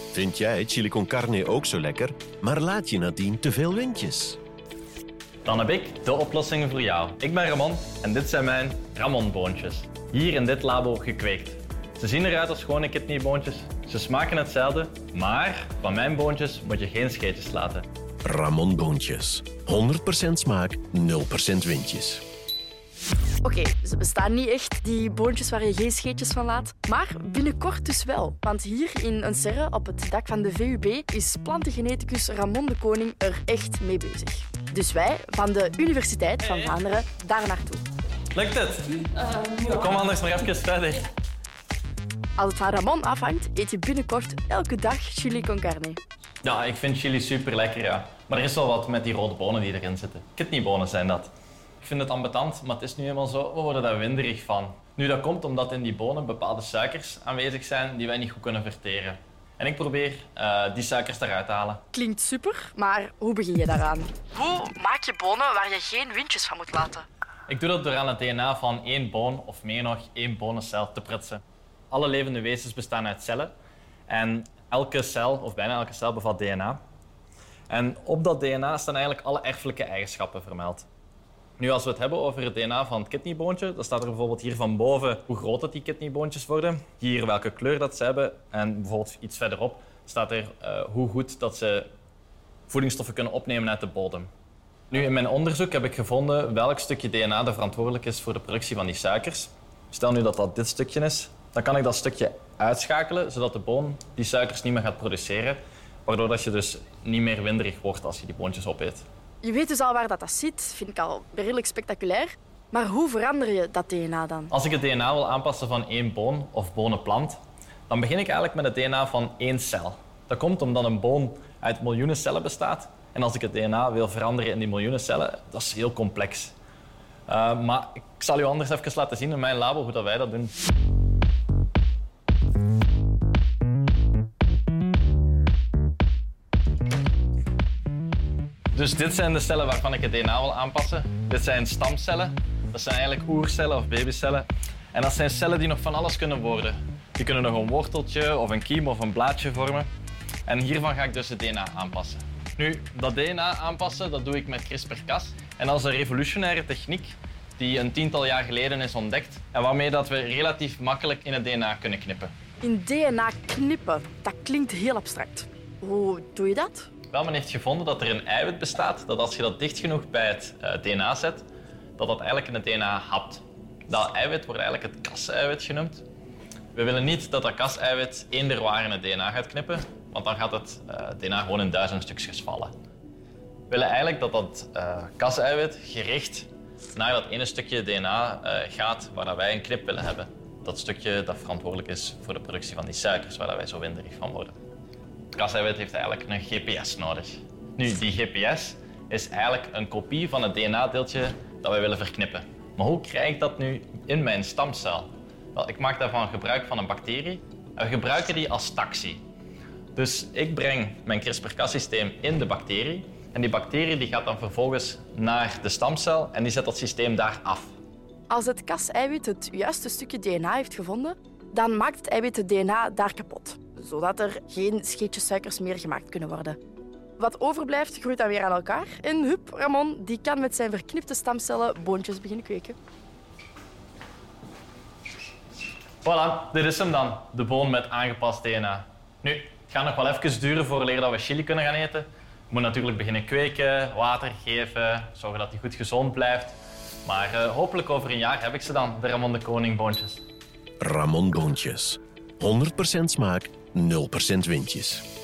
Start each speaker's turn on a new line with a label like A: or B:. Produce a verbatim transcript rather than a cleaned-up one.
A: Vind jij chili con carne ook zo lekker, maar laat je nadien te veel windjes?
B: Dan heb ik de oplossing voor jou. Ik ben Ramon en dit zijn mijn Ramon-boontjes. Hier in dit labo gekweekt. Ze zien eruit als gewone kidneyboontjes. Ze smaken hetzelfde, maar van mijn boontjes moet je geen scheetjes laten.
A: Ramon boontjes. honderd procent smaak, nul procent windjes.
C: Oké, okay, ze bestaan niet echt, die boontjes waar je geen scheetjes van laat. Maar binnenkort dus wel. Want hier in een serre op het dak van de V U B is plantengeneticus Ramon de Koning er echt mee bezig. Dus wij van de Universiteit van Vlaanderen daar naartoe.
B: Lukt het? Uh, Kom anders nog even verder.
C: Als het van Ramon afhangt, eet je binnenkort elke dag chili con carne.
B: Ja, ik vind chili super lekker, ja. Maar er is wel wat met die rode bonen die erin zitten. Kidneybonen zijn dat. Ik vind het ambetant, maar het is nu eenmaal zo, we worden daar winderig van. Nu, dat komt omdat in die bonen bepaalde suikers aanwezig zijn die wij niet goed kunnen verteren. En ik probeer uh, die suikers eruit te halen.
C: Klinkt super, maar hoe begin je daaraan? Hoe maak je bonen waar je geen windjes van moet laten?
B: Ik doe dat door aan het D N A van één boon, of meer nog, één bonencel te prutsen. Alle levende wezens bestaan uit cellen. En elke cel, of bijna elke cel, bevat D N A. En op dat D N A staan eigenlijk alle erfelijke eigenschappen vermeld. Nu, als we het hebben over het D N A van het kidneyboontje, dan staat er bijvoorbeeld hier van boven hoe groot dat die kidneyboontjes worden. Hier welke kleur dat ze hebben. En bijvoorbeeld iets verderop staat er uh, hoe goed dat ze voedingsstoffen kunnen opnemen uit de bodem. Nu, in mijn onderzoek heb ik gevonden welk stukje D N A er verantwoordelijk is voor de productie van die suikers. Stel nu dat dat dit stukje is, dan kan ik dat stukje uitschakelen, zodat de boon die suikers niet meer gaat produceren, waardoor dat je dus niet meer winderig wordt als je die boontjes opeet.
C: Je weet dus al waar dat, dat zit, vind ik al redelijk spectaculair. Maar hoe verander je dat D N A dan?
B: Als ik het D N A wil aanpassen van één boon of bonenplant, dan begin ik eigenlijk met het D N A van één cel. Dat komt omdat een boon uit miljoenen cellen bestaat. En als ik het D N A wil veranderen in die miljoenen cellen, dat is heel complex. Uh, maar ik zal u anders even laten zien in mijn labo hoe dat wij dat doen. Dus dit zijn de cellen waarvan ik het D N A wil aanpassen. Dit zijn stamcellen. Dat zijn eigenlijk oercellen of babycellen. En dat zijn cellen die nog van alles kunnen worden. Die kunnen nog een worteltje of een kiem of een blaadje vormen. En hiervan ga ik dus het D N A aanpassen. Nu, dat D N A aanpassen, dat doe ik met CRISPR-Cas. En dat is een revolutionaire techniek die een tiental jaar geleden is ontdekt. En waarmee dat we relatief makkelijk in het D N A kunnen knippen.
C: In D N A knippen, dat klinkt heel abstract. Hoe doe je dat?
B: Wel, men heeft gevonden dat er een eiwit bestaat dat als je dat dicht genoeg bij het uh, D N A zet, dat dat eigenlijk in het D N A hapt. Dat eiwit wordt eigenlijk het Cas-eiwit genoemd. We willen niet dat dat Cas-eiwit eender waar in het D N A gaat knippen, want dan gaat het uh, D N A gewoon in duizend stukjes vallen. We willen eigenlijk dat dat uh, Cas-eiwit gericht naar dat ene stukje D N A uh, gaat waar dat wij een knip willen hebben. Dat stukje dat verantwoordelijk is voor de productie van die suikers, waar dat wij zo winderig van worden. Het Cas-eiwit heeft eigenlijk een G P S nodig. Nu, die G P S is eigenlijk een kopie van het D N A-deeltje dat wij willen verknippen. Maar hoe krijg ik dat nu in mijn stamcel? Wel, ik maak daarvan gebruik van een bacterie en we gebruiken die als taxi. Dus ik breng mijn CRISPR-Cas-systeem in de bacterie en die bacterie die gaat dan vervolgens naar de stamcel en die zet dat systeem daar af.
C: Als het Cas-eiwit het juiste stukje D N A heeft gevonden, dan maakt het eiwit het D N A daar kapot, zodat er geen scheetjes suikers meer gemaakt kunnen worden. Wat overblijft, groeit dan weer aan elkaar. En hup, Ramon die kan met zijn verknipte stamcellen boontjes beginnen kweken.
B: Voilà, dit is hem dan. De boon met aangepast D N A. Nu, het gaat nog wel even duren voordat dat we chili kunnen gaan eten. Je moet natuurlijk beginnen kweken, water geven, zorgen dat hij goed gezond blijft. Maar uh, hopelijk over een jaar heb ik ze dan, de Ramon de Koning boontjes.
A: Ramon boontjes. honderd procent smaak, nul procent windjes.